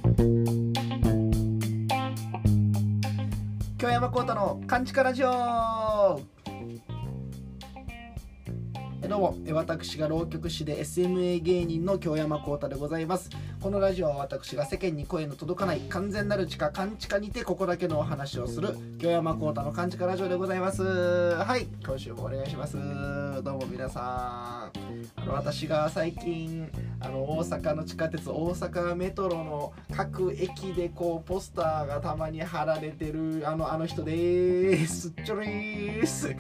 京山幸太のカンチカラジオ。どうも、私が浪曲師で SMA 芸人の京山幸太でございます。このラジオは私が世間に声の届かない完全なる地下カンチカにてここだけのお話をする京山幸太のカンチカラジオでございます。はい、今週もお願いします。どうも皆さん、私が最近大阪の地下鉄大阪メトロの各駅でこうポスターがたまに貼られてるあの人でーす。ちょろいーす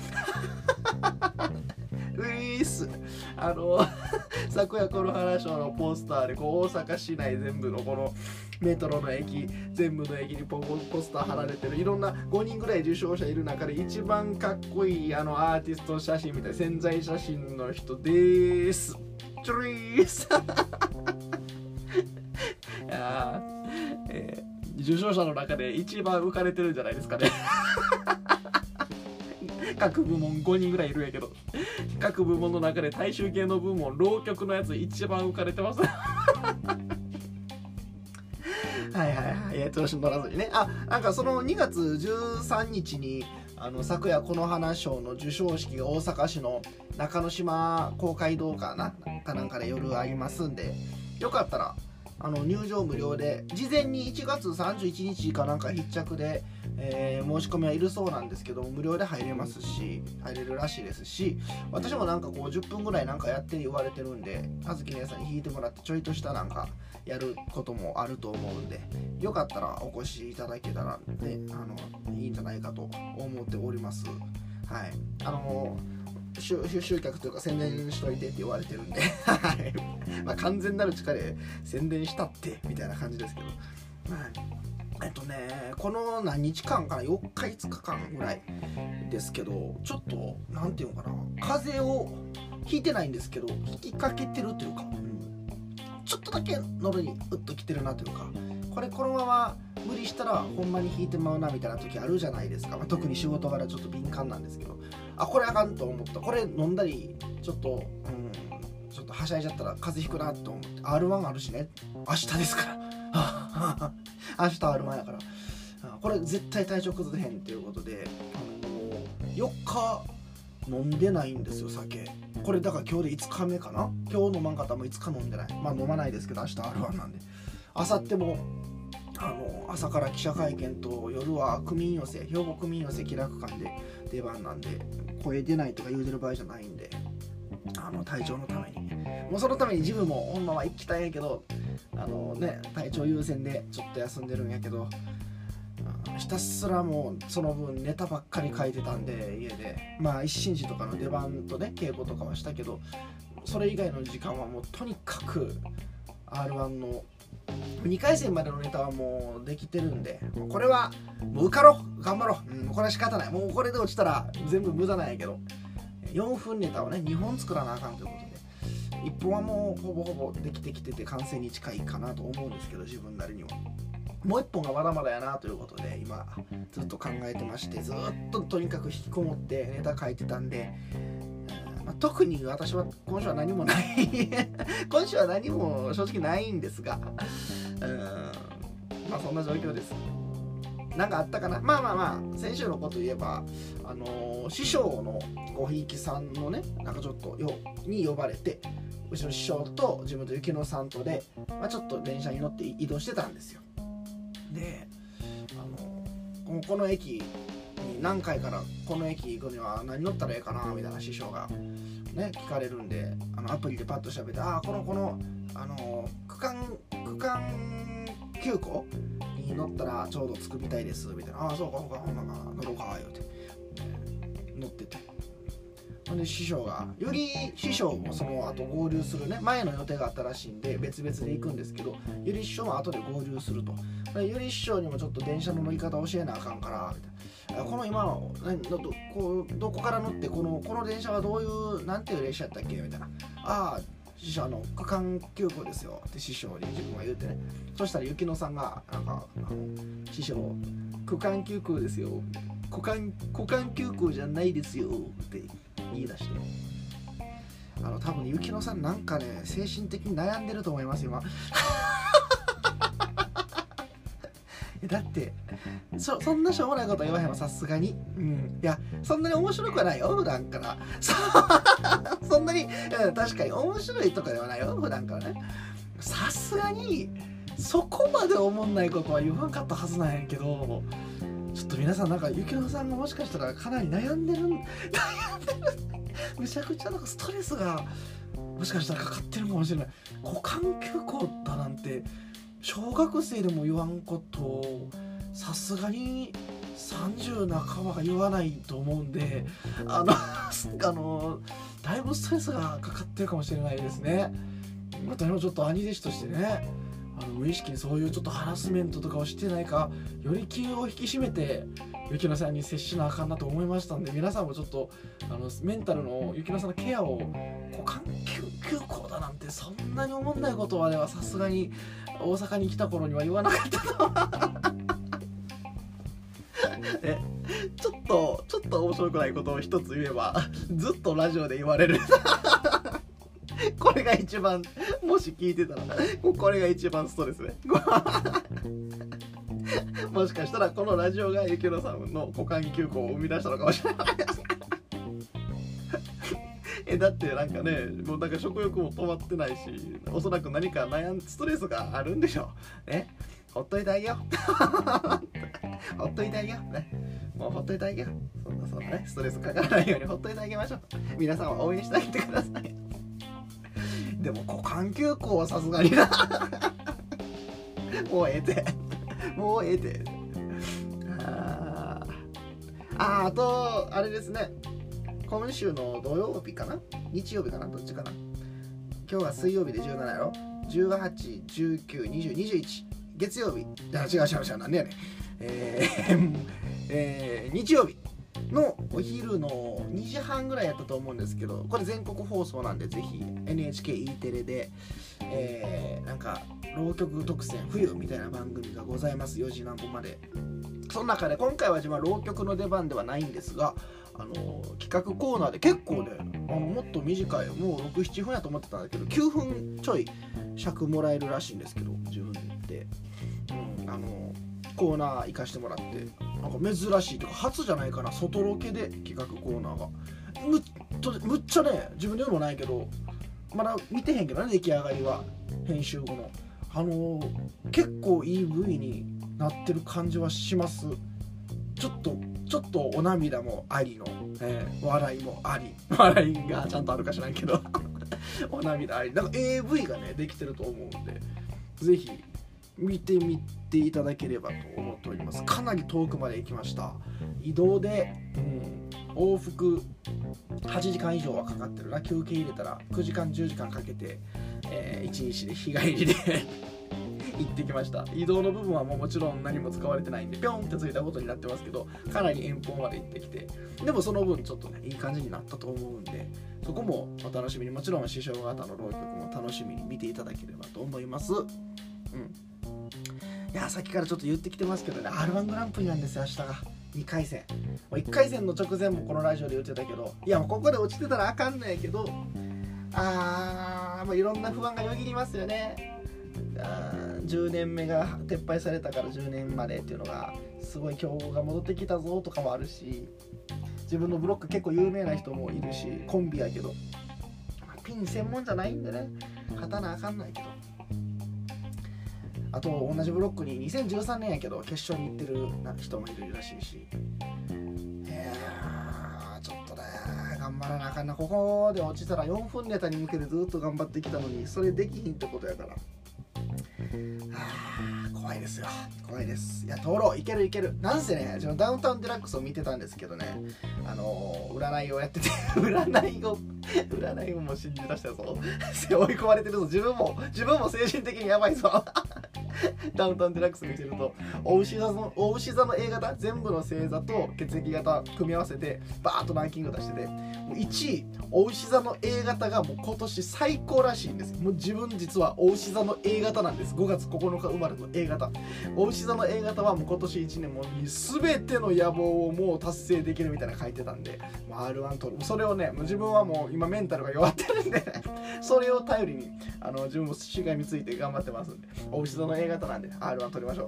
昨夜この話のポスターでこう大阪市内全部のこのメトロの駅全部の駅にポスター貼られてるいろんな5人ぐらい受賞者いる中で一番かっこいいアーティスト写真みたいな宣材写真の人でーす。チョリースいや受賞者の中で一番浮かれてるんじゃないですかね各部門5人ぐらいいるんやけど、各部門の中で大衆系の部門浪曲のやつ一番浮かれてますはい調子乗らずにね。なんかその2月13日に昨夜この花賞の授賞式が大阪市の中之島公会堂かなんかで夜ありますんで、よかったら入場無料で事前に1月31日かなんか必着で、申し込みはいるそうなんですけど無料で入れますし入れるらしいですし、私もなんかこう10分ぐらいなんかやって言われてるんで、葉月姉さんに弾いてもらってちょいとしたなんかやることもあると思うんで、よかったらお越しいただけたらねいいんじゃないかと思っております。はい、集客というか宣伝しといてって言われてるんで完全なる力で宣伝したってみたいな感じですけど、この何日間かな、4日5日間ぐらいですけど、ちょっとなんていうのかな、風邪をひいてないんですけど引きかけてるというか、ちょっとだけ喉にうっときてるなというか、このまま無理したらほんまに引いてまうなみたいな時あるじゃないですか。特に仕事柄ちょっと敏感なんですけど、これあかんと思った、これ飲んだりちょっとはしゃいじゃったら風邪ひくなと思って、 R1 あるしね、明日ですから明日 R1 やから、これ絶対体調崩れへんっていうことで4日飲んでないんですよ酒。これだから今日で5日目かな。今日飲まんかったらもう5日飲んでない。飲まないですけど明日 R1 なんで、明後日も朝から記者会見と夜は兵庫区民寄せ気楽館で出番なんで、声出ないとか言うてる場合じゃないんで、体調のためにもうそのためにジムもほんまは行きたいんやけど体調優先でちょっと休んでるんやけど、ひたすらもうその分ネタばっかり書いてたんで家で、一心寺とかの出番とね稽古とかはしたけど、それ以外の時間はもうとにかく R1 の2回戦までのネタはもうできてるんで、これはもう受かろう頑張ろう、これは仕方ない、もうこれで落ちたら全部無駄なんやけど、4分ネタをね2本作らなあかんということで、1本はもうほぼほぼできてきてて完成に近いかなと思うんですけど、自分なりにはもう1本がまだまだやなということで今ずっと考えてまして、ずっととにかく引きこもってネタ書いてたんで、特に私は今週は何もない今週は何も正直ないんですが、そんな状況です。なんかあったかな。先週のこと言えば師匠のごひいきさんのねなんかちょっとに呼ばれて、うちの師匠と自分と雪乃さんとで、ちょっと電車に乗って移動してたんですよ。でこの駅に何回からこの駅行くには何乗ったらいいかなみたいな師匠がね聞かれるんで、アプリでパッと調べて、この区間急行に乗ったらちょうど着くみたいですみたいな、そうかほんなら乗ろうか言うて、乗ってて、で師匠もその後合流するね、前の予定があったらしいんで別々で行くんですけど、ゆり師匠も後で合流すると、ゆり師匠にもちょっと電車の乗り方教えなあかんからみたいな、この今のどこから乗ってこの電車はどういうなんていう列車やったっけみたいな、師匠区間急行ですよって師匠に自分が言うてね、そしたら雪乃さんがなんか師匠区間急行ですよ、区間急行じゃないですよって言い出して、多分雪乃さんなんかね精神的に悩んでると思います今だってそんなしょうもないこと言わへんのさすがに。いやそんなに面白くはないよ普段からそんなに、確かに面白いとかではないよ普段からね。さすがにそこまで思んないことは言わんかったはずなんやけど、ちょっと皆さんなんかゆきのさんがもしかしたらかなり悩んでるめちゃくちゃなんかストレスがもしかしたらかかってるかもしれない。股間休校だなんて小学生でも言わんことをさすがに30半ばが言わないと思うんで、だいぶストレスがかかってるかもしれないですね。私もちょっと兄弟子としてね、無意識にそういうちょっとハラスメントとかをしてないか、より気を引き締めてゆきのさんに接しなあかんなと思いましたんで、皆さんもちょっとメンタルのゆきのさんのケアを股間休校だなんてそんなに思んないことはではさすがに大阪に来た頃には言わなかったとちょっと面白くないことを一つ言えばずっとラジオで言われるこれが一番、もし聞いてたらこれが一番ストレスねもしかしたらこのラジオがゆきのさんの股間休校を生み出したのかもしれないだってなんかね、もうなんか食欲も止まってないし、おそらく何かストレスがあるんでしょうね。ほっといてあげようほっといてあげようね。もうほっといてあげよう。そんなねストレスかからないようにほっといてあげましょう。皆さんは応援してあげてください。でも股間休校はさすがになもうええてあとあれですね、今週の土曜日かな日曜日かなどっちかな、今日は水曜日で17やろ、18、19、20、21月曜日、違うなんでやねん日曜日のお昼の2時半ぐらいやったと思うんですけど、これ全国放送なんでぜひ NHKE テレで、なんか浪曲特選冬みたいな番組がございます。4時何分まで。その中で今回は自分は浪曲の出番ではないんですが、企画コーナーで結構ね、もっと短い、もう 6,7 分やと思ってたんだけど9分ちょい尺もらえるらしいんですけど、自分で、コーナー行かしてもらって、なんか珍しいとか初じゃないかな、外ロケで企画コーナーがむっちゃね、自分で言うのもないけどまだ見てへんけどね、出来上がりは編集後の結構いい V になってる感じはします。ちょっとお涙もありの、笑いもあり、笑いがちゃんとあるかしらんけどお涙あり、なんか AV がねできてると思うんで、ぜひ見てみていただければと思っております。かなり遠くまで行きました。移動で、往復8時間以上はかかってるな。休憩入れたら9時間10時間かけて、1日で日帰りで行ってきました。移動の部分はもちろん何も使われてないんでピョンってついたことになってますけど、かなり遠方まで行ってきて、でもその分ちょっとねいい感じになったと思うんで、そこもお楽しみに、もちろん師匠方の浪曲も楽しみに見ていただければと思います。いやさっきからちょっと言ってきてますけどね、 R1 グランプリなんですよ明日が。2回戦、もう1回戦の直前もこのラジオで言ってたけど、いやもうここで落ちてたらあかんのやけど、もういろんな不安がよぎりますよね。10年目が撤廃されたから10年までっていうのがすごい今日が戻ってきたぞとかもあるし、自分のブロック結構有名な人もいるし、コンビやけどピン専門じゃないんでね、勝たなあかんないけど、あと同じブロックに2013年やけど決勝に行ってる人もいるらしいし、ちょっとね頑張らなあかんな。ここで落ちたら4分ネタに向けてずっと頑張ってきたのにそれできひんってことやから、怖いですよ、怖いです。いや、通ろう、いける。なんせね、自分ダウンタウンデラックスを見てたんですけどね、占いをやってて占いをもう信じ出したぞ追い込まれてるぞ、自分も精神的にやばいぞダウンタウンデラックス見てると、お牛座の A 型全部の星座と血液型組み合わせてバーッとランキング出してて、もう1位お牛座の A 型がもう今年最高らしいんです。もう自分実はお牛座の A 型なんです。5月9日生まれの A 型、お牛座の A 型はもう今年1年も全ての野望をもう達成できるみたいな書いてたんで、R1 取る、それをね、もう自分はもう今メンタルが弱ってるんでそれを頼りに自分もしがみついて頑張ってますんで、お牛座の A A 型なんで R1 取りましょう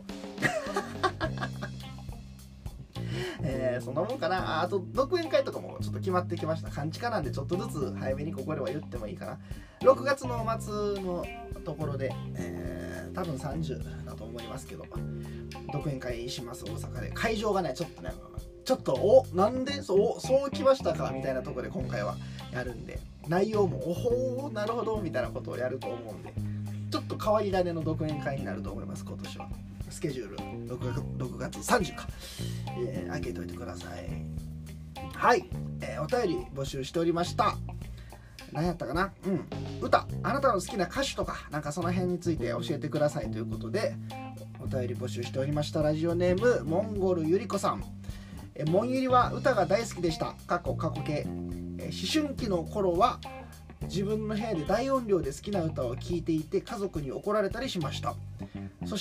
そんなもんかな。あと独演会とかもちょっと決まってきました。半地下なんでちょっとずつ早めにここでは言ってもいいかな。6月の末のところで、多分30だと思いますけど、独演会します。大阪で会場がねちょっとなんでそうきましたかみたいなところで今回はやるんで、内容もおほーなるほどみたいなことをやると思うんで、ちょっと変わり種の独演会になると思います。今年はスケジュール6月30か、開けといてください。はい、お便り募集しておりました。何やったかな、歌、あなたの好きな歌手とかなんかその辺について教えてくださいということでお便り募集しておりました。ラジオネームモンゴルゆりこさん。モンゆりは歌が大好きでした。過去形。思春期の頃は自分の部屋で大音量で好きな歌を聴いていて家族に怒られたりしました。そして、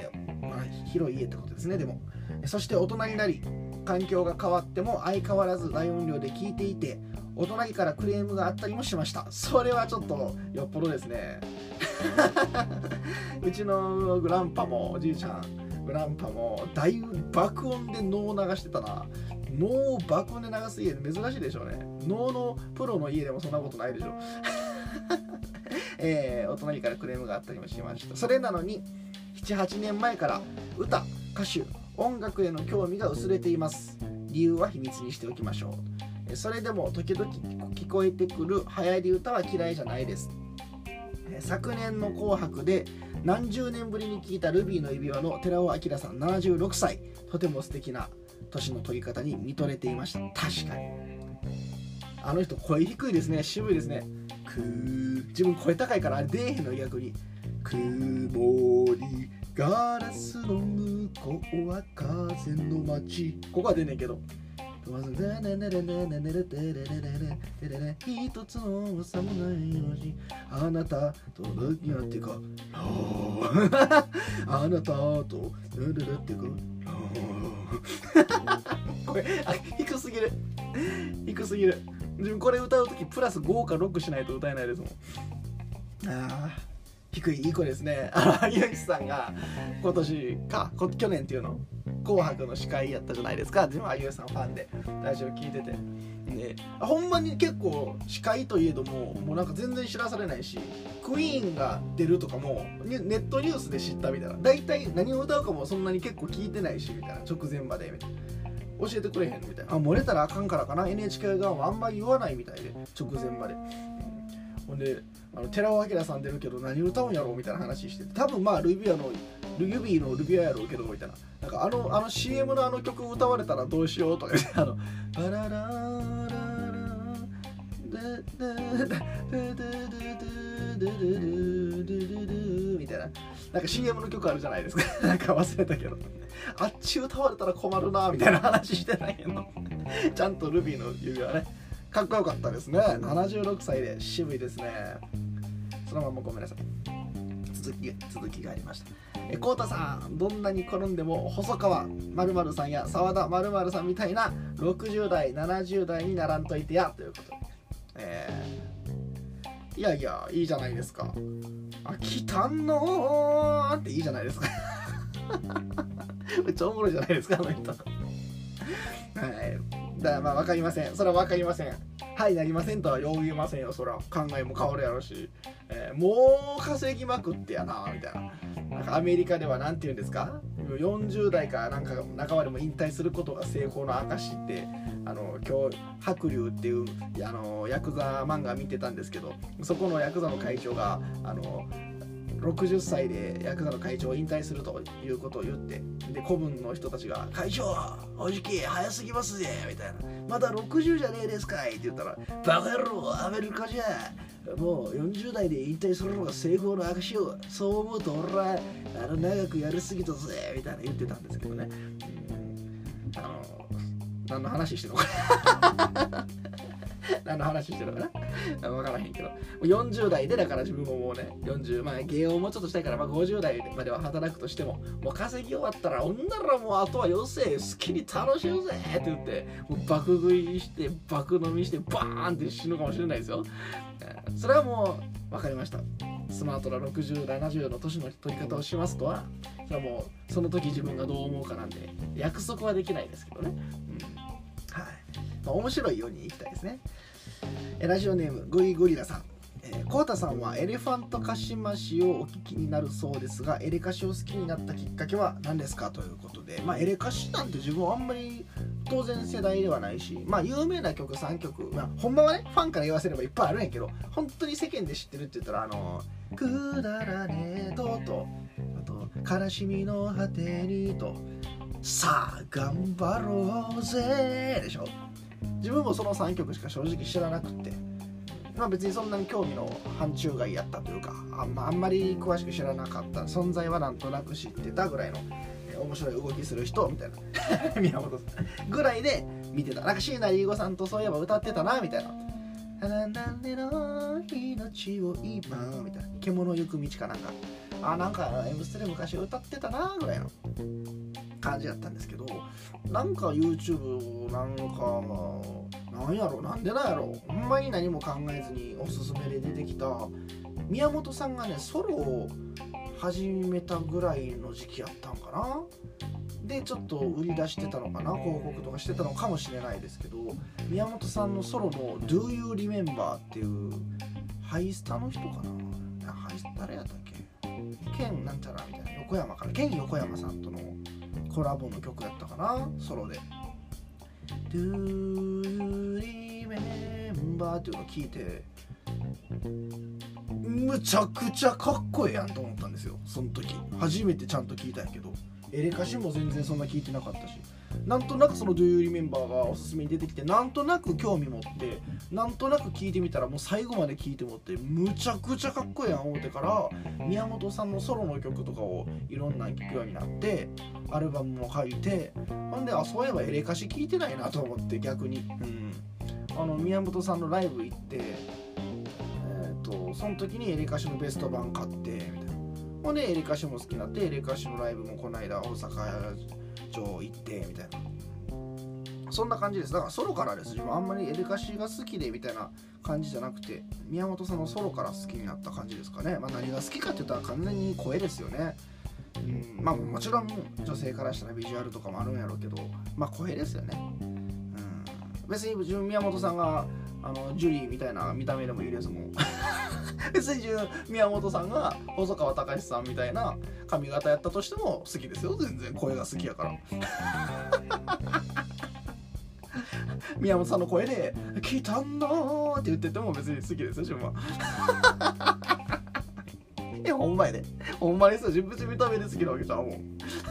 広い家ってことですね。でもそして大人になり環境が変わっても相変わらず大音量で聴いていて大人からクレームがあったりもしました。それはちょっとよっぽどですねうちのグランパもおじいちゃんグランパも大爆音で能を流してたな。能を爆音で流す家珍しいでしょうね。能のプロの家でもそんなことないでしょ大人からクレームがあったりもしました。それなのに 7,8 年前から歌、歌手、音楽への興味が薄れています。理由は秘密にしておきましょう。それでも時々聞こえてくる流行り歌は嫌いじゃないです。昨年の紅白で何十年ぶりに聴いたルビーの指輪の寺尾明さん76歳、とても素敵な年の取り方に見とれていました。確かにあの人声低いですね。渋いですね。自分声高いからあれ出えへんの。逆に曇りガラスの向こうは風の街、ここは出んねんけど一つのさもない命あなたと抱き合ってかあなたとってかこれ低すぎる自分これ歌うときプラス5か6しないと歌えないですもん。低いいい子ですね。ゆうきさんが今年か去年っていうの紅白の司会やったじゃないですか。自分はゆうさんファンでラジオ聞いてて、ね、ほんまに結構司会といえどもうなんか全然知らされないし、クイーンが出るとかもネットニュースで知ったみたいな。大体何を歌うかもそんなに結構聞いてないしみたいな、直前までみたいな教えてくれへんみたいな。漏れたらあかんからかな。 NHK 側もあんまり言わないみたいで直前まで。ほんで寺尾明さん出るけど何歌うんやろうみたいな話してて、多分ルビーのルビアやろうけどみたいな。なんかあの CM のあの曲歌われたらどうしようとか言ってバララララみたいな、なんか CM の曲あるじゃないですかなんか忘れたけど、あっち歌われたら困るなみたいな話してないのちゃんとルビーの指輪ね、かっこよかったですね。76歳で渋いですね。そのままごめんなさい。続きがありました。コウタさん、どんなに転んでも細川〇〇さんや沢田〇〇さんみたいな60代70代にならんといてやということで、いやいやいいじゃないですか。来たのーっていいじゃないですかめっちゃおもろいじゃないですかあの人はい。だからまあ分かりません。それは分かりません。はいなりませんとはよう言えませんよ。そら考えも変わるやろし、もう稼ぎまくってやなみたいな。なんかアメリカではなんて言うんですか、40代かなんか半ばでも引退することが成功の証って今日白龍っていうヤクザ漫画見てたんですけど、そこのヤクザの会長が60歳でヤクザの会長を引退するということを言って、で古文の人たちが会長おじき早すぎますぜみたいな、まだ60じゃねえですかいって言ったら、バカ野郎アメリカじゃもう40代で引退するのが成功の証よ、そう思うと俺は長くやりすぎたぜみたいな言ってたんですけどね。何の話してるのか何の話してるのかな分からへんけど、40代でだから自分ももうね40、まあ芸をもうちょっとしたいから、まあ、50代までは働くとしても、もう稼ぎ終わったらほんならもうあとは余生好きに楽しむぜって言って、もう爆食いして爆飲みしてバーンって死ぬかもしれないですよ。それはもう分かりました。スマートな60、70の年の取り方をしますとは、それはもうその時自分がどう思うかなんで約束はできないですけどね、はい、まあ、面白いようにいきたいですね。ラジオネームグイゴリラさん、コウタさんはエレファントカシマシをお聞きになるそうですが、エレカシを好きになったきっかけは何ですかということで、まあ、エレカシなんて自分はあんまり当然世代ではないし、まあ有名な曲3曲、まあ、ほんまはねファンから言わせればいっぱいあるんやけど、本当に世間で知ってるって言ったらくだらねえとあと悲しみの果てにとさあ頑張ろうぜでしょ。自分もその3曲しか正直知らなくて、まあ別にそんなに興味の範疇外やったというか、あんまり詳しく知らなかった、存在はなんとなく知ってたぐらいの、面白い動きする人みたいな宮本さんぐらいで見てた。なんか椎名林檎さんとそういえば歌ってたなみたいな、なんでの命を今みたいな、獣行く道かなんか、なんか M ステで昔歌ってたなぐらいの感じだったんですけど、なんか YouTube なんやろ、なんでなんやろ、ほんまに何も考えずにおすすめで出てきた宮本さんがねソロを始めたぐらいの時期やったんかな。でちょっと売り出してたのかな、広告とかしてたのかもしれないですけど、宮本さんのソロの Do You Remember っていうハイスタの人かな、ハイスタ誰やったっけ、ケンなんちゃらみたいな、横山からケン横山さんとのコラボの曲やったかな、ソロで Do You Remember っていうのを聞いて、むちゃくちゃかっこええやんと思ったんですよ。その時初めてちゃんと聞いたんやけど、エレカシも全然そんな聞いてなかったし、なんとなくその Do You Remember がおすすめに出てきて、なんとなく興味持って、なんとなく聞いてみたらもう最後まで聞いてもって、むちゃくちゃかっこええやん思ってから、宮本さんのソロの曲とかをいろんな聞くようになって、アルバムも書いて、ほんでそういえばエレカシ聞いてないなと思って、逆に、宮本さんのライブ行って、その時にエレカシのベスト版買ってみたいな、ほんでエレカシも好きになって、エレカシのライブもこの間大阪城行ってみたいな、そんな感じです。だからソロからです。自分あんまりエレカシが好きでみたいな感じじゃなくて、宮本さんのソロから好きになった感じですかね。まあ何が好きかって言ったら完全に声ですよね。まあもちろん女性からしたらビジュアルとかもあるんやろうけど、まあ声ですよね。別に自分宮本さんがジュリーみたいな見た目でもいいですもん別に宮本さんが細川たかしさんみたいな髪型やったとしても好きですよ。全然声が好きやから宮本さんの声で「来たんだー」って言ってても別に好きですよ自分はいやほんまやで、ほんまにそう、自分見た目で好きなわけじゃんもん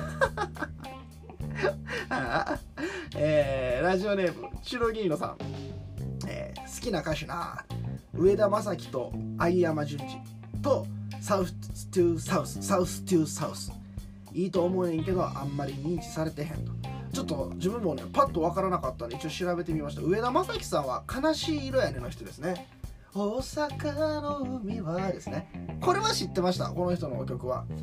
ラジオネーム白銀色さん、好きな歌手な上田正樹と相山純二とサウストゥーサウスいいと思うねんけどあんまり認知されてへんと。ちょっと自分もねパッとわからなかったんで一応調べてみました。上田正樹さんは悲しい色やねの人ですね。大阪の海はですね、これは知ってました。この人の曲は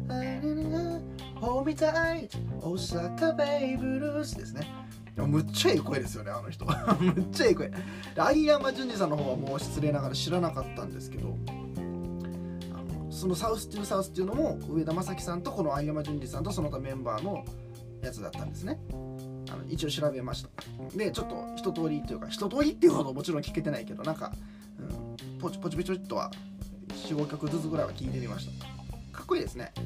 ホーミタイ大阪ベイブルースですね。むっちゃいい声ですよねあの人むっちゃいい声。相山純二さんの方はもう失礼ながら知らなかったんですけど、そのサウストゥーサウスっていうのも上田正樹さんとこの相山純二さんとその他メンバーのやつだったんですね。一応調べました。でちょっと一通りっていうか、一通りっていうほどもちろん聞けてないけど、なんか、ポチポチとは 4,5 曲ずつぐらいは聞いてみました。かっこいいですね。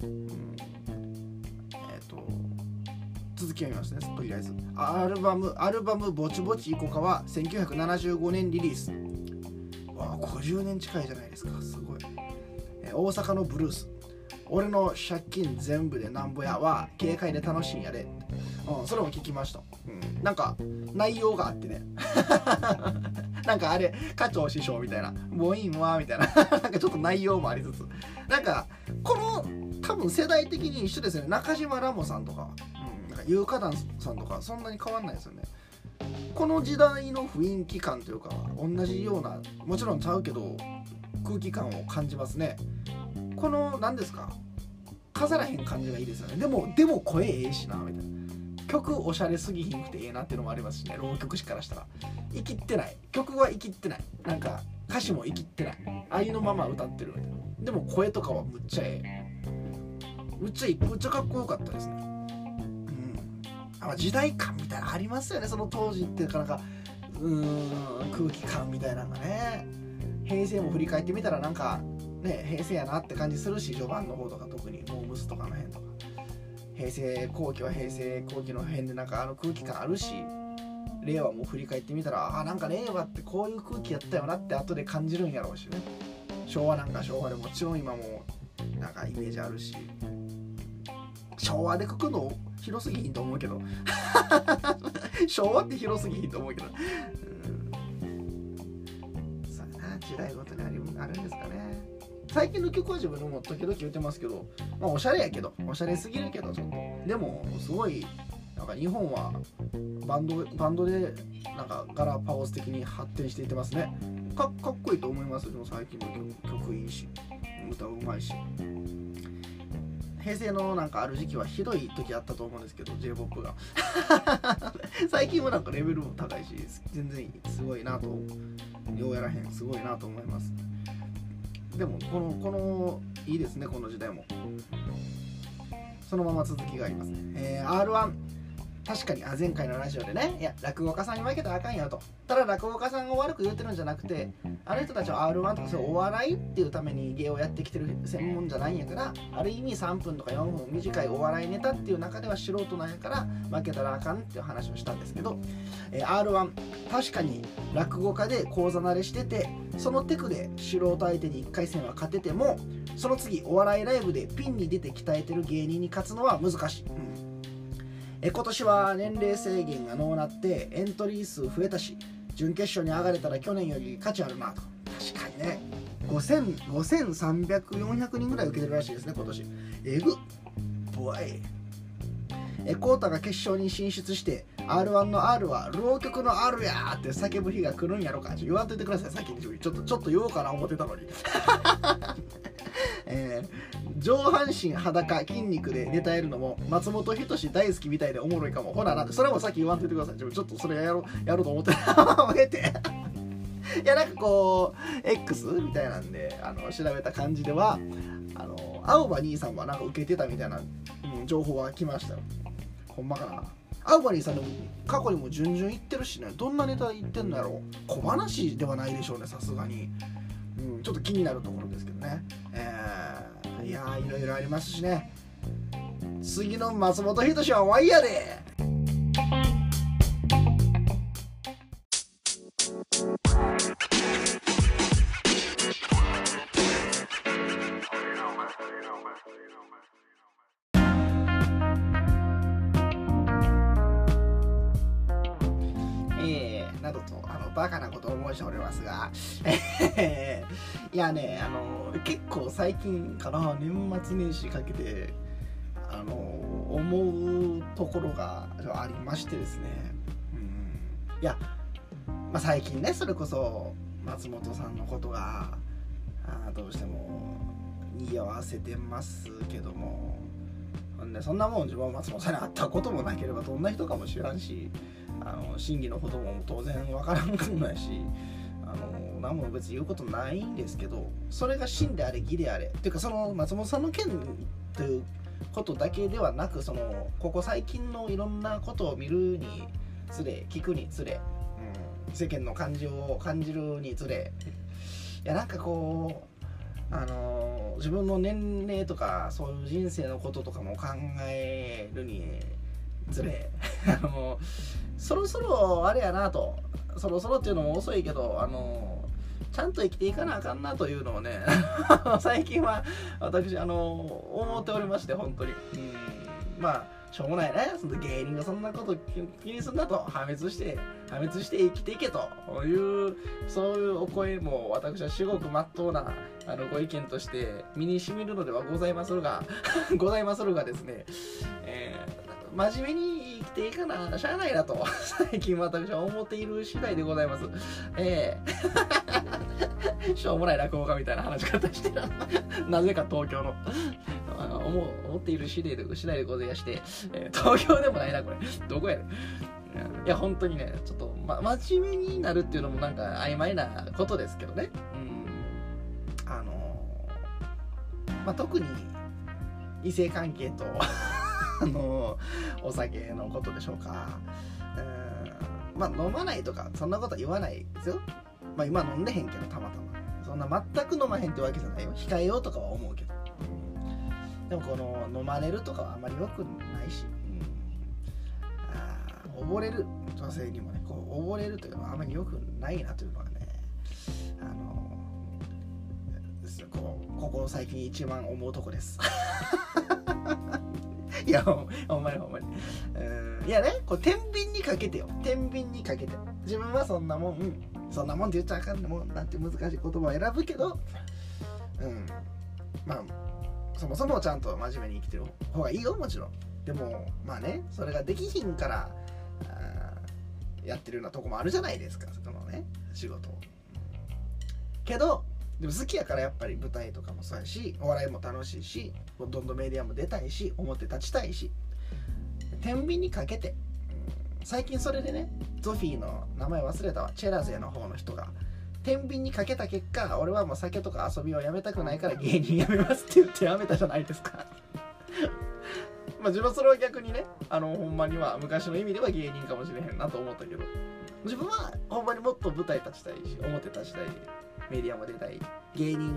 続きを見ますね。とりあえずアルバムぼちぼちいこかは1975年リリース。わあ50年近いじゃないですか、すごい。大阪のブルース、俺の借金全部でなんぼやは軽快で楽しいんやで、それも聞きました。なんか内容があってねなんかあれ課長師匠みたいな、もういいわみたいななんかちょっと内容もありつつ、なんかこの多分世代的に一緒ですよね。中島ラモさんとか、なんか優香団さんとかそんなに変わんないですよね。 この時代の雰囲気感というか同じような、もちろんちゃうけど空気感を感じますね。この何ですか、飾らへん感じがいいですよね。でも声ええしなみたいな、曲おしゃれすぎひんくてええなっていうのもありますしね。浪曲師からしたら生きってない、曲は生きってない、なんか歌詞も生きってない、ありのまま歌ってるみたいな。でも声とかはむっちゃええ、むっちゃかっこよかったですね。時代感みたいなのありますよね、その当時っていうか、なんか空気感みたいなのがね。平成も振り返ってみたらなんかね、平成やなって感じするし、序盤の方とか特にモームスとかの辺とか、平成後期は平成後期の辺でなんか空気感あるし、令和も振り返ってみたらなんか令和ってこういう空気やったよなって後で感じるんやろうしね。昭和なんか昭和でもちろん今もなんかイメージあるし、昭和でくくの広すぎひんと思うけど昭和って広すぎひんと思うけど、そうやな、時代ごとにあるんですかね。最近の曲は自分でも時々言ってますけど、おしゃれやけど、おしゃれすぎるけどちょっとでもすごいなんか日本はバンドでなんかガラパゴス的に発展していってますね。かっこいいと思います。でも最近の曲いいし、歌うまいし。平成のなんかある時期はひどい時あったと思うんですけど、 J-POP が最近はなんかレベルも高いし、全然すごいなと、ようやらへんすごいなと思います。でもこのいいですね、この時代もそのまま続きがありますね。R1、確かに前回のラジオでね、いや落語家さんに負けたらあかんよと、ただ落語家さんが悪く言ってるんじゃなくて、あの人たちは R1 とかそういうお笑いっていうために芸をやってきてる専門じゃないんやから、ある意味3分とか4分短いお笑いネタっていう中では素人なんやから負けたらあかんっていう話をしたんですけど、R1 確かに落語家で講座慣れしてて、そのテクで素人相手に1回戦は勝てても、その次お笑いライブでピンに出て鍛えてる芸人に勝つのは難しい。今年は年齢制限がのうなってエントリー数増えたし、準決勝に上がれたら去年より価値あるなと。確かにね、5300、400人ぐらい受けてるらしいですね今年。えぐっボイ。コータが決勝に進出して R1 の R は浪曲の R やーって叫ぶ日が来るんやろか。言わんといてください、先にちょっと言おうかな思ってたのに上半身裸筋肉でネタやるのも松本人志大好きみたいでおもろいかも。ほらなんでそれもさっき言わんといてください。ちょっとそれやろうと思っていやなんかこう X みたいなんで調べた感じでは青葉兄さんはなんか受けてたみたいな、情報は来ましたよ。ほんまかな。青葉兄さんでも過去にも準々行ってるしね、どんなネタ言ってんのやろ。小話ではないでしょうね、さすがに。ちょっと気になるところですけどね。いやーいろいろありますしね。次の松本人志はワイヤで。などとバカなことを申しておりますがいやね、結構最近かな、年末年始かけて思うところがありましてですね。いや、最近ね、それこそ松本さんのことがどうしても賑わせてますけども、そんなもん自分は松本さんに会ったこともなければどんな人かも知らんし、真偽のほども当然分からんくもないし、何も別に言うことないんですけど、それが真であれ偽であれっていうか、その松本さんの件ということだけではなく、ここ最近のいろんなことを見るにつれ、聞くにつれ、世間の感情を感じるにつれ、いやなんかこう自分の年齢とかそういう人生のこととかも考えるにつれそろそろあれやなと、そろそろっていうのも遅いけどちゃんと生きていかなあかんなというのをね最近は私思っておりまして、本当にしょうもないね、その芸人がそんなこと気にすんなと、破滅して生きていけという、そういうお声も私は至極真っ当なご意見として身に染みるのではございまするがございまするがですね、 真面目に生きていかなしゃあないなと最近私は思っている次第でございます。しょうもない落語家みたいな話し方してるなぜか東京の思っている次第でございまして、東京でもないなこれどこやねん。いや本当にねちょっと、真面目になるっていうのもなんか曖昧なことですけどね、特に異性関係とお酒のことでしょうか。飲まないとかそんなことは言わないですよ。今飲んでへんけどたまたまそんな全く飲まへんってわけじゃないよ。控えようとかは思うけど、でもこの飲まれるとかはあまり良くないし、溺れる女性にもねこう溺れるというのはあまり良くないなというのはねここ最近一番思うとこですいやほんまにいやねこう天秤にかけてよ。天秤にかけて自分はそんなもんって言っちゃあかんねもんなんて難しい言葉を選ぶけどそもそもちゃんと真面目に生きてる方がいいよもちろん。でもそれができひんからやってるようなとこもあるじゃないですかそのね仕事を。けどでも好きやからやっぱり舞台とかもそうやしお笑いも楽しいしどんどんメディアも出たいし表立ちたいし天秤にかけて、最近それでねゾフィーの名前忘れたわチェラゼの方の人が天秤にかけた結果俺はもう酒とか遊びをやめたくないから芸人やめますって言ってやめたじゃないですか自分はそれは逆にねほんまには昔の意味では芸人かもしれへんなと思ったけど自分はほんまにもっと舞台立ちたいし表立ちたいメディアも出たい芸人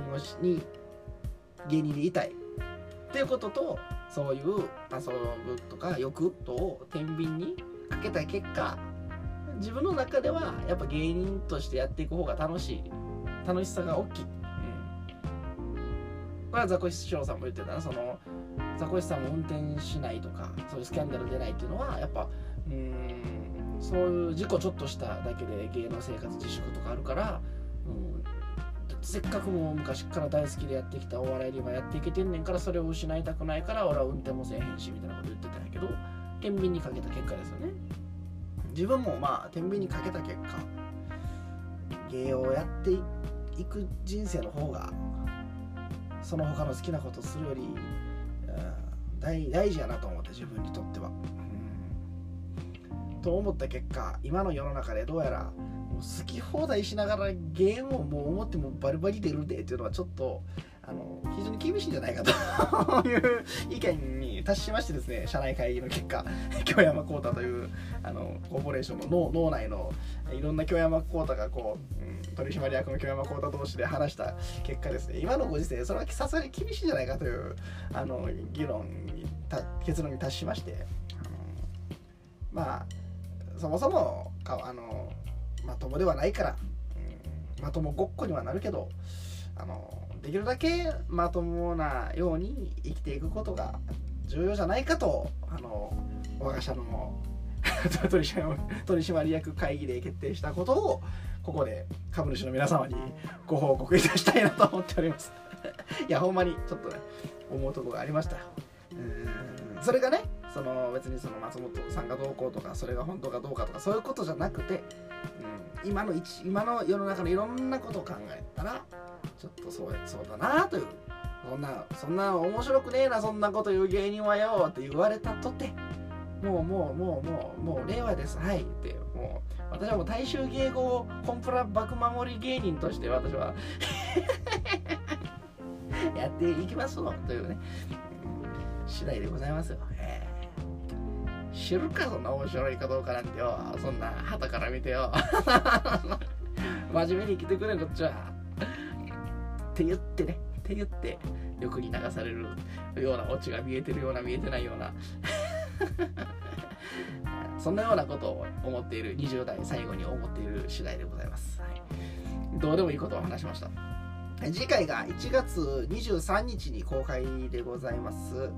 でいたいっていうこととそういう遊ぶとか欲とを天秤にかけた結果自分の中ではやっぱ芸人としてやっていく方が楽しさが大きい、これはザコシショウさんも言ってたな。そのザコシさんも運転しないとかそういうスキャンダル出ないっていうのはやっぱそういう事故ちょっとしただけで芸能生活自粛とかあるから、せっかくもう昔から大好きでやってきたお笑いで今やっていけてんねんからそれを失いたくないから俺は運転もせえへんしみたいなこと言ってたんやけど天秤にかけた結果ですよね。自分も天秤にかけた結果芸をやっていく人生の方がその他の好きなことするより大事やなと思って自分にとっては、と思った結果今の世の中でどうやらもう好き放題しながらゲームをもう思ってもバリバリ出るでっていうのはちょっと非常に厳しいんじゃないかという意見に達しましてですね、社内会議の結果京山幸太というコーポレーションの脳内のいろんな京山幸太が取締役の京山幸太同士で話した結果ですね、今のご時世それはさすがに厳しいんじゃないかという議論に結論に達しまして、そもそもまともではないから、まともごっこにはなるけどできるだけまともなように生きていくことが重要じゃないかと我が社の取締役会議で決定したことをここで株主の皆様にご報告いたしたいなと思っておりますいやほんまにちょっとね思うところがありました。それがね別に松本さんがどうこうとかそれが本当かどうかとかそういうことじゃなくて、今の世の中のいろんなことを考えたらちょっとそうだなという、そんな面白くねえなそんなこと言う芸人はよって言われたとてもう令和ですはいってもう私はもう大衆迎合コンプラ爆守り芸人として私はやっていきますのというね次第でございますよ。知るかそんな面白いかどうかなんてよ、そんな旗から見てよ真面目に生きてくれこっちはって言って欲に流されるようなオチが見えてるような見えてないようなそんなようなことを思っている20代最後に思っている次第でございます、どうでもいいことを話しました。次回が1月23日に公開でございます。違う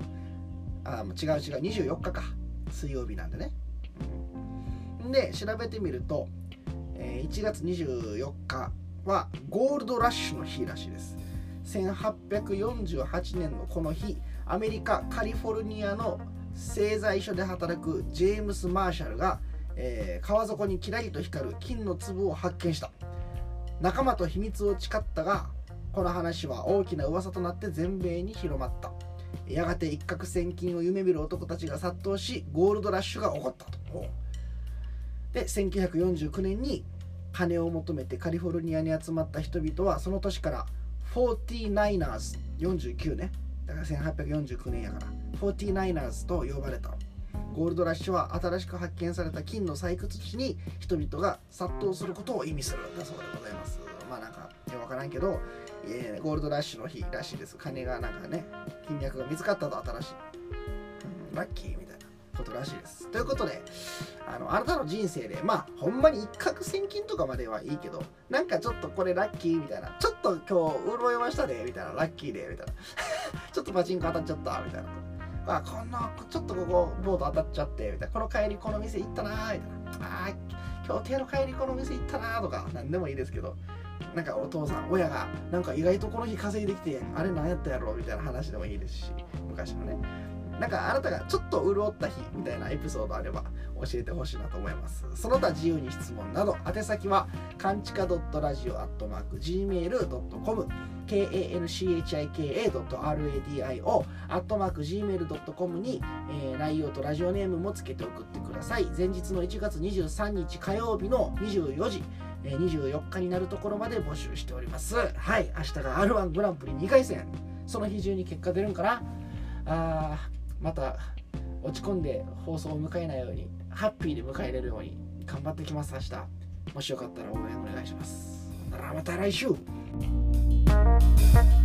24日か水曜日なんでね、で調べてみると、1月24日はゴールドラッシュの日らしいです。1848年のこの日アメリカカリフォルニアの製材所で働くジェームス・マーシャルが、川底にキラリと光る金の粒を発見した。仲間と秘密を誓ったが、この話は大きな噂となって全米に広まった。やがて一攫千金を夢見る男たちが殺到し、ゴールドラッシュが起こったと。で1949年に金を求めてカリフォルニアに集まった人々は、その年から49ers 49ね、だから1849年やから 49ers と呼ばれた。ゴールドラッシュは新しく発見された金の採掘地に人々が殺到することを意味するだそうでございます。まあなんか分からんけど、ゴールドラッシュの日らしいです。金がなんかね、金脈が見つかったと、新しい、ラッキーみたいなことらしいです。ということで、あなたの人生で、まあほんまに一攫千金とかまではいいけど、なんかちょっとこれラッキーみたいな、ちょっと今日潤いましたねみたいな、ラッキーでみたいなちょっとパチンコ当たっちゃったみたいな、あ、こんなちょっとここボート当たっちゃってみたいな、この帰りこの店行ったなみたいな、あ、今日手の帰りこの店行ったなとか、なんでもいいですけど、なんかお父さん親がなんか意外とこの日稼いできて、あれ何やったやろみたいな話でもいいですし、昔のね、なんかあなたがちょっと潤った日みたいなエピソードあれば教えてほしいなと思います。その他自由に質問など、宛先はかんちか .radio@gmail.com kanchika.radio@gmail.com に、内容とラジオネームもつけて送ってください。前日の1月23日火曜日の24時、24日になるところまで募集しております。はい、明日が R1 グランプリ2回戦、その日中に結果出るんかな。また落ち込んで放送を迎えないように、ハッピーで迎えれるように頑張ってきます。明日もしよかったら応援お願いします。ならまた来週。